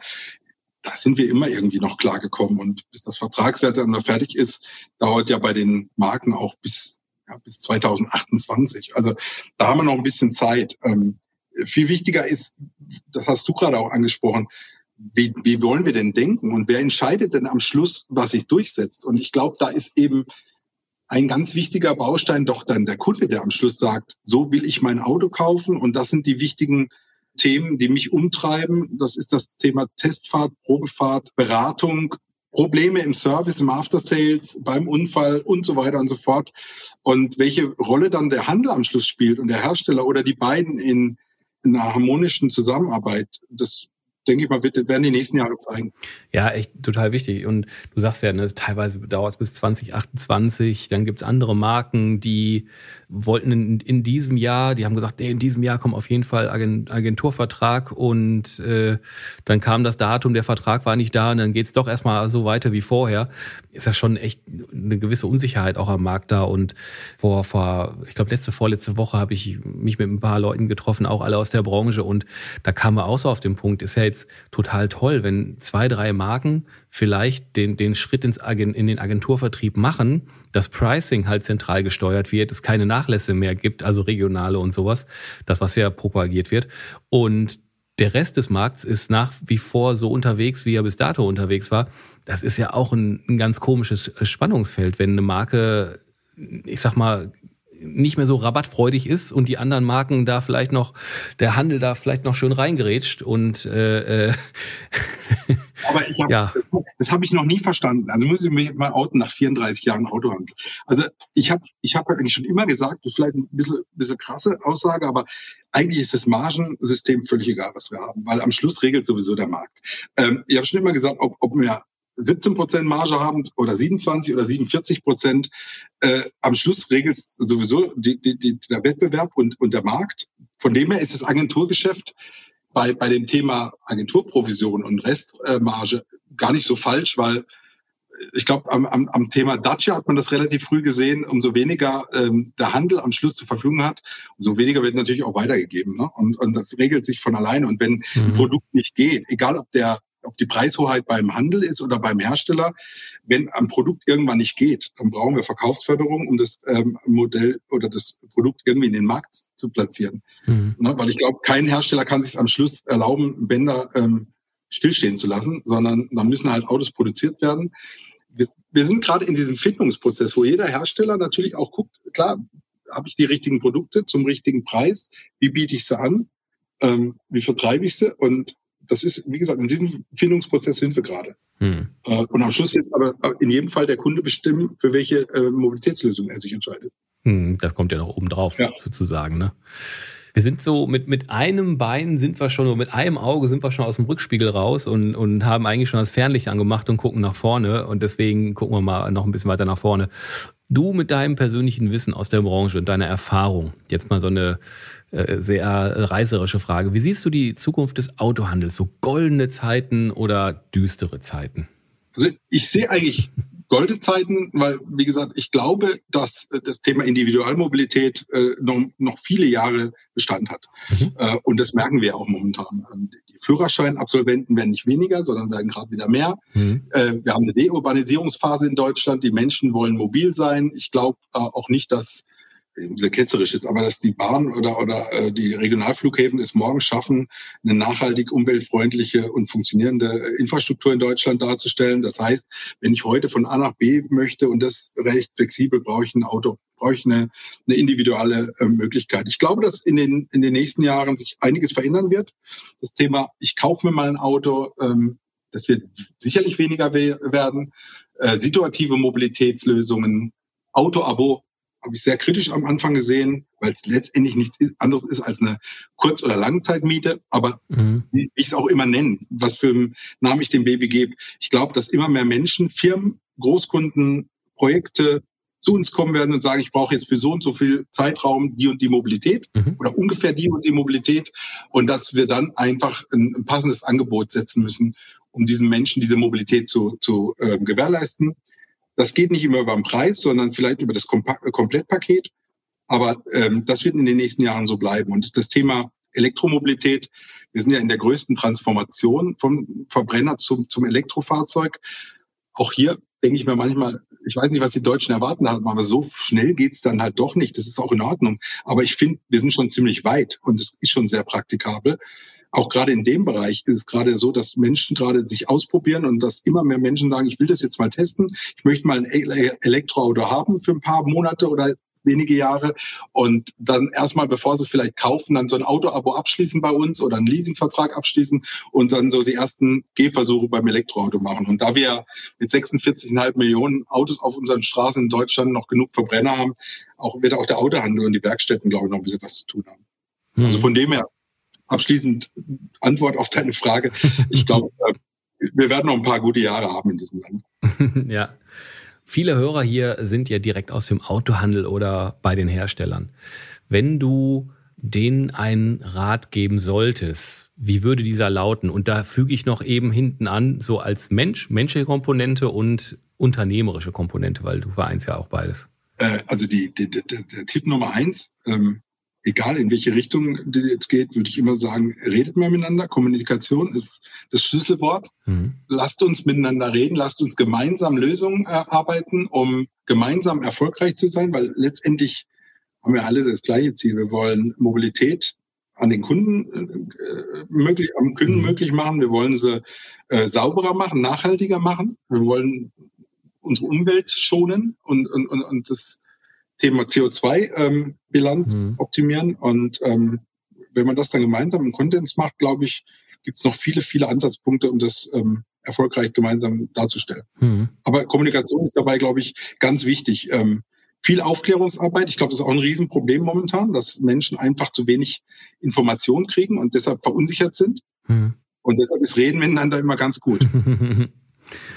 da sind wir immer irgendwie noch klar gekommen. Und bis das Vertragswerk dann fertig ist, dauert ja bei den Marken auch bis, ja, bis zwanzig achtundzwanzig. Also da haben wir noch ein bisschen Zeit. Ähm, viel wichtiger ist, das hast du gerade auch angesprochen, wie, wie wollen wir denn denken und wer entscheidet denn am Schluss, was sich durchsetzt? Und ich glaube, da ist eben ein ganz wichtiger Baustein doch dann der Kunde, der am Schluss sagt, so will ich mein Auto kaufen und das sind die wichtigen Themen, die mich umtreiben. Das ist das Thema Testfahrt, Probefahrt, Beratung, Probleme im Service, im After-Sales, beim Unfall und so weiter und so fort. Und welche Rolle dann der Handel am Schluss spielt und der Hersteller oder die beiden in, in einer harmonischen Zusammenarbeit, das denke ich mal, wird, werden die nächsten Jahre zeigen. Ja, echt total wichtig. Und du sagst ja, ne, teilweise dauert es bis zwanzig achtundzwanzig. Dann gibt's andere Marken, die wollten in, in diesem Jahr, die haben gesagt, nee, in diesem Jahr kommt auf jeden Fall Agent, Agenturvertrag. Und äh, dann kam das Datum, der Vertrag war nicht da und dann geht's doch erstmal so weiter wie vorher. Ist ja schon echt eine gewisse Unsicherheit auch am Markt da. Und vor, vor ich glaube, letzte, vorletzte Woche habe ich mich mit ein paar Leuten getroffen, auch alle aus der Branche. Und da kamen wir auch so auf den Punkt, ist ja jetzt total toll, wenn zwei, drei Marken vielleicht den, den Schritt ins Agent, in den Agenturvertrieb machen, das Pricing halt zentral gesteuert wird, es keine Nachlässe mehr gibt, also regionale und sowas, das, was ja propagiert wird. Und der Rest des Markts ist nach wie vor so unterwegs, wie er bis dato unterwegs war. Das ist ja auch ein, ein ganz komisches Spannungsfeld, wenn eine Marke, ich sag mal, nicht mehr so rabattfreudig ist und die anderen Marken da vielleicht noch, der Handel da vielleicht noch schön reingerätscht und äh, äh aber ich hab, ja. das, das habe ich noch nie verstanden. Also muss ich mich jetzt mal outen nach vierunddreißig Jahren Autohandel. Also ich habe ich hab eigentlich schon immer gesagt, das ist vielleicht ein bisschen, bisschen krasse Aussage, aber eigentlich ist das Margensystem völlig egal, was wir haben, weil am Schluss regelt sowieso der Markt. Ähm, ich habe schon immer gesagt, ob, ob wir siebzehn Prozent Marge haben oder siebenundzwanzig oder siebenundvierzig Prozent. Äh, am Schluss regelt sowieso die, die, die, der Wettbewerb und, und der Markt. Von dem her ist das Agenturgeschäft bei, bei dem Thema Agenturprovision und Restmarge gar nicht so falsch, weil ich glaube, am, am, am Thema Dacia hat man das relativ früh gesehen. Umso weniger ähm, der Handel am Schluss zur Verfügung hat, umso weniger wird natürlich auch weitergegeben. Ne? Und, und das regelt sich von alleine. Und wenn mhm. ein Produkt nicht geht, egal ob der ob die Preishoheit beim Handel ist oder beim Hersteller, wenn ein Produkt irgendwann nicht geht, dann brauchen wir Verkaufsförderung, um das ähm, Modell oder das Produkt irgendwie in den Markt zu platzieren. Mhm. Ne? Weil ich glaube, kein Hersteller kann sich am Schluss erlauben, Bänder ähm, stillstehen zu lassen, sondern dann müssen halt Autos produziert werden. Wir, wir sind gerade in diesem Findungsprozess, wo jeder Hersteller natürlich auch guckt, klar, habe ich die richtigen Produkte zum richtigen Preis, wie biete ich sie an, ähm, wie vertreibe ich sie, und das ist, wie gesagt, in diesem Findungsprozess sind wir gerade. Hm. Äh, und am Schluss wird aber in jedem Fall der Kunde bestimmen, für welche äh, Mobilitätslösung er sich entscheidet. Hm, das kommt ja noch oben drauf, ja. sozusagen, ne? Wir sind so, mit, mit einem Bein sind wir schon, mit einem Auge sind wir schon aus dem Rückspiegel raus und, und haben eigentlich schon das Fernlicht angemacht und gucken nach vorne. Und deswegen gucken wir mal noch ein bisschen weiter nach vorne. Du mit deinem persönlichen Wissen aus der Branche und deiner Erfahrung, jetzt mal so eine äh, sehr reißerische Frage. Wie siehst du die Zukunft des Autohandels? So goldene Zeiten oder düstere Zeiten? Also ich sehe eigentlich goldene Zeiten, weil, wie gesagt, ich glaube, dass das Thema Individualmobilität äh, noch, noch viele Jahre Bestand hat. Mhm. Äh, und das merken wir auch momentan. Die Führerscheinabsolventen werden nicht weniger, sondern werden gerade wieder mehr. Mhm. Äh, wir haben eine Deurbanisierungsphase in Deutschland. Die Menschen wollen mobil sein. Ich glaube äh, auch nicht, dass sehr ketzerisch jetzt, aber dass die Bahn oder, oder äh, die Regionalflughäfen es morgen schaffen, eine nachhaltig, umweltfreundliche und funktionierende Infrastruktur in Deutschland darzustellen. Das heißt, wenn ich heute von A nach B möchte und das recht flexibel, brauche ich ein Auto, brauche ich eine, eine individuelle äh, Möglichkeit. Ich glaube, dass in den, in den nächsten Jahren sich einiges verändern wird. Das Thema, ich kaufe mir mal ein Auto, ähm, das wird sicherlich weniger we- werden. Äh, situative Mobilitätslösungen, Auto-Abo, habe ich sehr kritisch am Anfang gesehen, weil es letztendlich nichts anderes ist als eine Kurz- oder Langzeitmiete. Aber mhm. wie ich es auch immer nenne, was für einen Namen ich dem Baby gebe, ich glaube, dass immer mehr Menschen, Firmen, Großkunden, Projekte zu uns kommen werden und sagen, ich brauche jetzt für so und so viel Zeitraum die und die Mobilität mhm. oder ungefähr die und die Mobilität. Und dass wir dann einfach ein, ein passendes Angebot setzen müssen, um diesen Menschen diese Mobilität zu, zu äh, gewährleisten. Das geht nicht immer über den Preis, sondern vielleicht über das Kompa- Komplettpaket. Aber ähm, das wird in den nächsten Jahren so bleiben. Und das Thema Elektromobilität, wir sind ja in der größten Transformation vom Verbrenner zum, zum Elektrofahrzeug. Auch hier denke ich mir manchmal, ich weiß nicht, was die Deutschen erwarten haben, aber so schnell geht's dann halt doch nicht. Das ist auch in Ordnung. Aber ich finde, wir sind schon ziemlich weit und es ist schon sehr praktikabel. Auch gerade in dem Bereich ist es gerade so, dass Menschen gerade sich ausprobieren und dass immer mehr Menschen sagen, ich will das jetzt mal testen. Ich möchte mal ein Elektroauto haben für ein paar Monate oder wenige Jahre und dann erstmal, bevor sie vielleicht kaufen, dann so ein Auto-Abo abschließen bei uns oder einen Leasingvertrag abschließen und dann so die ersten Gehversuche beim Elektroauto machen. Und da wir mit sechsundvierzig Komma fünf Millionen Autos auf unseren Straßen in Deutschland noch genug Verbrenner haben, auch, wird auch der Autohandel und die Werkstätten, glaube ich, noch ein bisschen was zu tun haben. Hm. Also von dem her, abschließend Antwort auf deine Frage. Ich glaube, wir werden noch ein paar gute Jahre haben in diesem Land. Ja. Viele Hörer hier sind ja direkt aus dem Autohandel oder bei den Herstellern. Wenn du denen einen Rat geben solltest, wie würde dieser lauten? Und da füge ich noch eben hinten an, so als Mensch, menschliche Komponente und unternehmerische Komponente, weil du vereinst ja auch beides. Äh, also die, die, die, der Tipp Nummer eins, ähm, egal in welche Richtung die jetzt geht, würde ich immer sagen, redet mal miteinander. Kommunikation ist das Schlüsselwort. Mhm. Lasst uns miteinander reden, lasst uns gemeinsam Lösungen erarbeiten, um gemeinsam erfolgreich zu sein, weil letztendlich haben wir alle das gleiche Ziel. Wir wollen Mobilität an den Kunden äh, möglich, am Kunden mhm. möglich machen. Wir wollen sie äh, sauberer machen, nachhaltiger machen. Wir wollen unsere Umwelt schonen und, und, und, und das Thema C O zwei Bilanz ähm, mhm. optimieren. Und ähm, wenn man das dann gemeinsam im Konsens macht, glaube ich, gibt es noch viele, viele Ansatzpunkte, um das ähm, erfolgreich gemeinsam darzustellen. Mhm. Aber Kommunikation ist dabei, glaube ich, ganz wichtig. Ähm, viel Aufklärungsarbeit. Ich glaube, das ist auch ein Riesenproblem momentan, dass Menschen einfach zu wenig Informationen kriegen und deshalb verunsichert sind. Mhm. Und deshalb ist Reden miteinander immer ganz gut.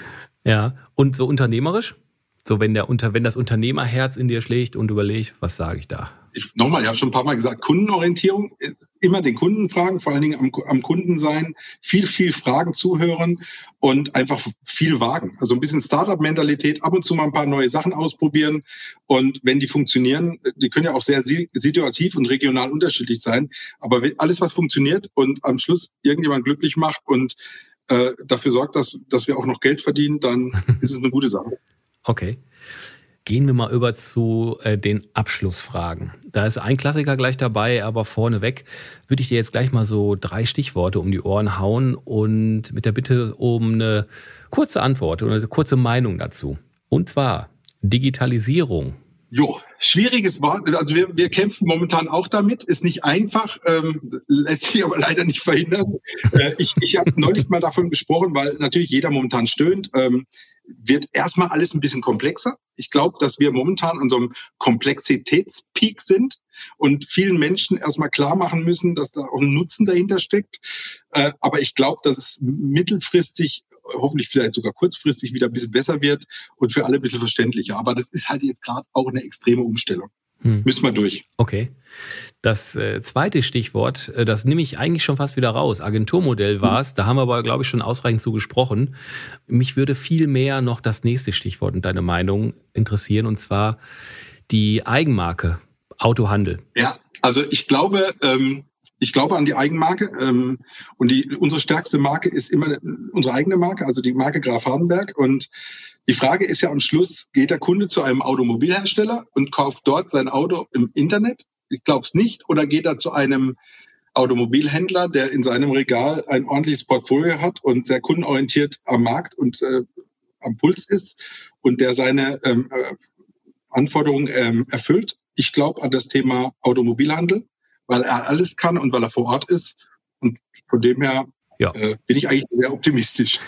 Ja, und so unternehmerisch? So, wenn, der, wenn das Unternehmerherz in dir schlägt und überlegt, was sage ich da? Ich, nochmal, ich habe schon ein paar Mal gesagt, Kundenorientierung, immer den Kunden fragen, vor allen Dingen am, am Kunden sein, viel, viel Fragen zuhören und einfach viel wagen. Also ein bisschen Startup-Mentalität, ab und zu mal ein paar neue Sachen ausprobieren und wenn die funktionieren, die können ja auch sehr situativ und regional unterschiedlich sein, aber alles, was funktioniert und am Schluss irgendjemand glücklich macht und äh, dafür sorgt, dass, dass wir auch noch Geld verdienen, dann ist es eine gute Sache. Okay. Gehen wir mal über zu äh, den Abschlussfragen. Da ist ein Klassiker gleich dabei, aber vorneweg würde ich dir jetzt gleich mal so drei Stichworte um die Ohren hauen und mit der Bitte um eine kurze Antwort oder eine kurze Meinung dazu. Und zwar Digitalisierung. Jo, schwieriges Wort. Also wir, wir kämpfen momentan auch damit. Ist nicht einfach, ähm, lässt sich aber leider nicht verhindern. Äh, ich ich habe neulich mal davon gesprochen, weil natürlich jeder momentan stöhnt. Ähm, wird erstmal alles ein bisschen komplexer. Ich glaube, dass wir momentan an so einem Komplexitätspeak sind und vielen Menschen erstmal klar machen müssen, dass da auch ein Nutzen dahinter steckt. Äh, aber ich glaube, dass es mittelfristig, hoffentlich vielleicht sogar kurzfristig wieder ein bisschen besser wird und für alle ein bisschen verständlicher. Aber das ist halt jetzt gerade auch eine extreme Umstellung. Hm. Müssen wir durch. Okay. Das äh, zweite Stichwort, äh, das nehme ich eigentlich schon fast wieder raus. Agenturmodell war es, da haben wir aber, glaube ich, schon ausreichend zu gesprochen. Mich würde viel mehr noch das nächste Stichwort und deine Meinung interessieren, und zwar die Eigenmarke, Autohandel. Ja, also ich glaube, ähm, ich glaube an die Eigenmarke ähm, und die, unsere stärkste Marke ist immer unsere eigene Marke, also die Marke Graf Hardenberg. Und die Frage ist ja am Schluss, geht der Kunde zu einem Automobilhersteller und kauft dort sein Auto im Internet? Ich glaube es nicht. Oder geht er zu einem Automobilhändler, der in seinem Regal ein ordentliches Portfolio hat und sehr kundenorientiert am Markt und äh, am Puls ist und der seine ähm, äh, Anforderungen ähm, erfüllt? Ich glaube an das Thema Automobilhandel, weil er alles kann und weil er vor Ort ist. Und von dem her ja. äh, bin ich eigentlich sehr optimistisch.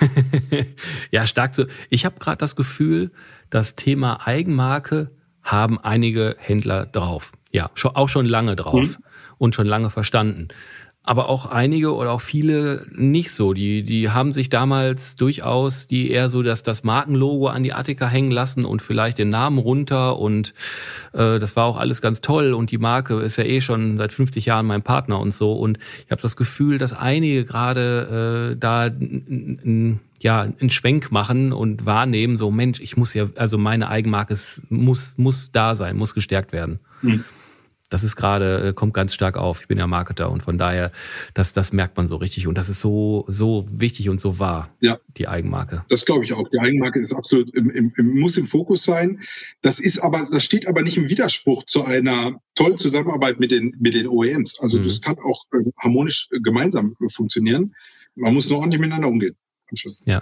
Ja, stark so. Ich habe gerade das Gefühl, das Thema Eigenmarke haben einige Händler drauf. Ja, schon, auch schon lange drauf mhm. und schon lange verstanden. Aber auch einige oder auch viele nicht so. Die, die haben sich damals durchaus die eher so das, das Markenlogo an die Attika hängen lassen und vielleicht den Namen runter. Und äh, das war auch alles ganz toll. Und die Marke ist ja eh schon seit fünfzig Jahren mein Partner und so. Und ich habe das Gefühl, dass einige gerade äh, da n, n, ja einen Schwenk machen und wahrnehmen, so Mensch, ich muss ja, also meine Eigenmarke muss, muss da sein, muss gestärkt werden. Mhm. Das ist gerade, kommt ganz stark auf. Ich bin ja Marketer und von daher, das, das merkt man so richtig. Und das ist so, so wichtig und so wahr, ja, die Eigenmarke. Das glaube ich auch. Die Eigenmarke ist absolut, im, im, muss im Fokus sein. Das ist aber, das steht aber nicht im Widerspruch zu einer tollen Zusammenarbeit mit den, mit den O E Ms. Also mhm. das kann auch äh, harmonisch äh, gemeinsam funktionieren. Man muss nur ordentlich miteinander umgehen am Schluss. Ja.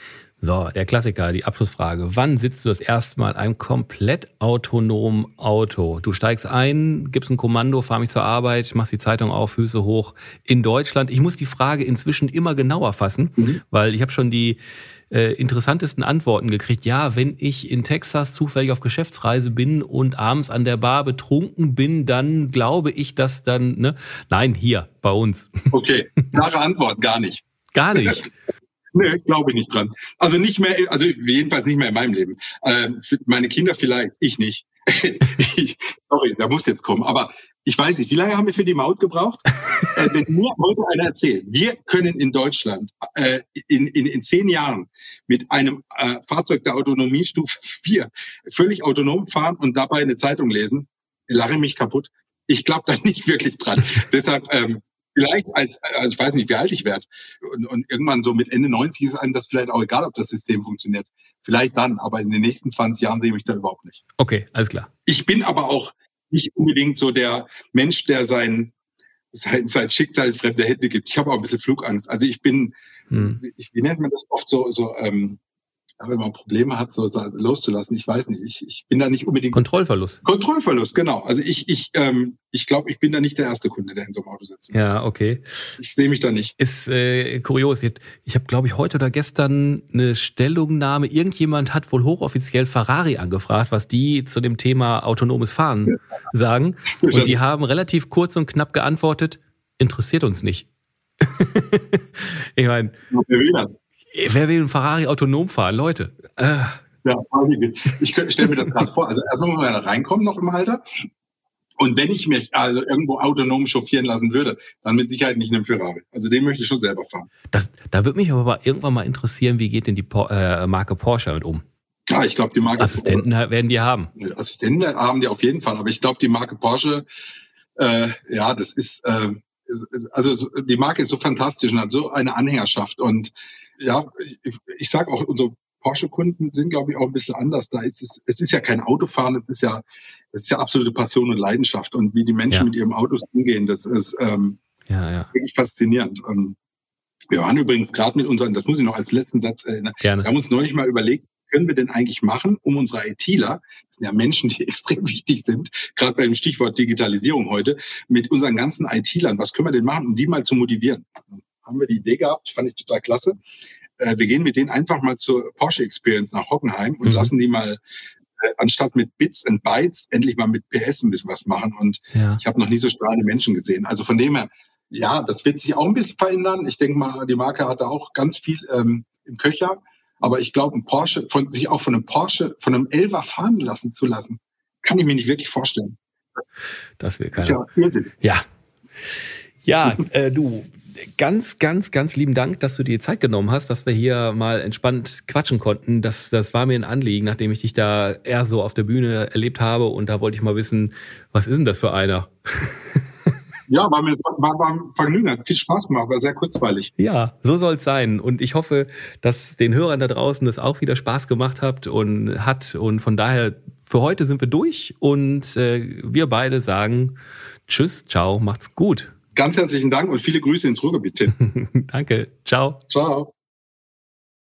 So, der Klassiker, die Abschlussfrage. Wann sitzt du das erste Mal in einem komplett autonomen Auto? Du steigst ein, gibst ein Kommando, fahr mich zur Arbeit, machst die Zeitung auf, Füße hoch. In Deutschland, ich muss die Frage inzwischen immer genauer fassen, mhm. weil ich habe schon die äh, interessantesten Antworten gekriegt. Ja, wenn ich in Texas zufällig auf Geschäftsreise bin und abends an der Bar betrunken bin, dann glaube ich, dass dann, ne? Nein, hier, bei uns. Okay, klare Antwort, gar nicht. Gar nicht? Nee, glaube ich nicht dran. Also nicht mehr, also jedenfalls nicht mehr in meinem Leben. Ähm, meine Kinder vielleicht, ich nicht. ich, sorry, da muss jetzt kommen. Aber ich weiß nicht, wie lange haben wir für die Maut gebraucht? äh, wenn mir heute einer erzählt, wir können in Deutschland äh, in, in, in zehn Jahren mit einem äh, Fahrzeug der Autonomiestufe vier völlig autonom fahren und dabei eine Zeitung lesen, lache mich kaputt. Ich glaube da nicht wirklich dran. Deshalb ähm, vielleicht als, also ich weiß nicht, wie alt ich werde. Und, und irgendwann so mit Ende neunzig ist einem das vielleicht auch egal, ob das System funktioniert. Vielleicht dann, aber in den nächsten zwanzig Jahren sehe ich mich da überhaupt nicht. Okay, alles klar. Ich bin aber auch nicht unbedingt so der Mensch, der sein, sein, sein Schicksal fremde Hände gibt. Ich habe auch ein bisschen Flugangst. Also ich bin, hm. ich, wie nennt man das oft so, so ähm, wenn man Probleme hat, so loszulassen, ich weiß nicht, ich, ich bin da nicht unbedingt... Kontrollverlust. Kontrollverlust, genau. Also ich ich ähm, ich glaube, ich bin da nicht der erste Kunde, der in so einem Auto sitzt. Ja, okay. Ich sehe mich da nicht. Ist äh, kurios. Ich habe, glaube ich, heute oder gestern eine Stellungnahme, irgendjemand hat wohl hochoffiziell Ferrari angefragt, was die zu dem Thema autonomes Fahren ja. sagen. Und die haben relativ kurz und knapp geantwortet, interessiert uns nicht. Ich meine... Wer will das? Wer will einen Ferrari autonom fahren, Leute? Äh. Ja, ich stelle mir das gerade vor. Also erstmal muss man ja reinkommen noch im Alter. Und wenn ich mich also irgendwo autonom chauffieren lassen würde, dann mit Sicherheit nicht in einem Ferrari. Also den möchte ich schon selber fahren. Das, da würde mich aber irgendwann mal interessieren, wie geht denn die äh, Marke Porsche damit um? Ja, ich glaube, die Marke Assistenten Porsche, werden die haben. Assistenten haben die auf jeden Fall. Aber ich glaube, die Marke Porsche, äh, ja, das ist, äh, also die Marke ist so fantastisch und hat so eine Anhängerschaft. Und ja, ich, ich sage auch, unsere Porsche-Kunden sind, glaube ich, auch ein bisschen anders. Da ist es, es ist ja kein Autofahren, es ist ja, es ist ja absolute Passion und Leidenschaft. Und wie die Menschen ja. mit ihrem Autos umgehen, das ist ähm, ja, ja. wirklich faszinierend. Und wir waren übrigens gerade mit unseren, das muss ich noch als letzten Satz erinnern, Gerne. Wir haben uns neulich mal überlegt, was können wir denn eigentlich machen, um unsere ITler, das sind ja Menschen, die extrem wichtig sind, gerade bei dem Stichwort Digitalisierung heute, mit unseren ganzen ITlern, was können wir denn machen, um die mal zu motivieren? Dann haben wir die Idee gehabt, fand ich total klasse. Wir gehen mit denen einfach mal zur Porsche Experience nach Hockenheim und mhm. lassen die mal, äh, anstatt mit Bits and Bytes, endlich mal mit P S ein bisschen was machen. Und ja. ich habe noch nie so strahlende Menschen gesehen. Also von dem her, ja, das wird sich auch ein bisschen verändern. Ich denke mal, die Marke hat da auch ganz viel ähm, im Köcher. Aber ich glaube, ein Porsche, von, sich auch von einem Porsche, von einem Elfer fahren lassen zu lassen, kann ich mir nicht wirklich vorstellen. Das, das, will das ist ja Irrsinn. Ja, ja äh, du... Ganz, ganz, ganz lieben Dank, dass du dir Zeit genommen hast, dass wir hier mal entspannt quatschen konnten. Das, das war mir ein Anliegen, nachdem ich dich da eher so auf der Bühne erlebt habe. Und da wollte ich mal wissen, was ist denn das für einer? Ja, war mir war, war ein Vergnügen, hat viel Spaß gemacht, war sehr kurzweilig. Ja, so soll es sein. Und ich hoffe, dass den Hörern da draußen das auch wieder Spaß gemacht habt und hat. Und von daher, für heute sind wir durch. Und äh, wir beide sagen Tschüss, ciao, macht's gut. Ganz herzlichen Dank und viele Grüße ins Ruhrgebiet hin. Danke. Ciao. Ciao.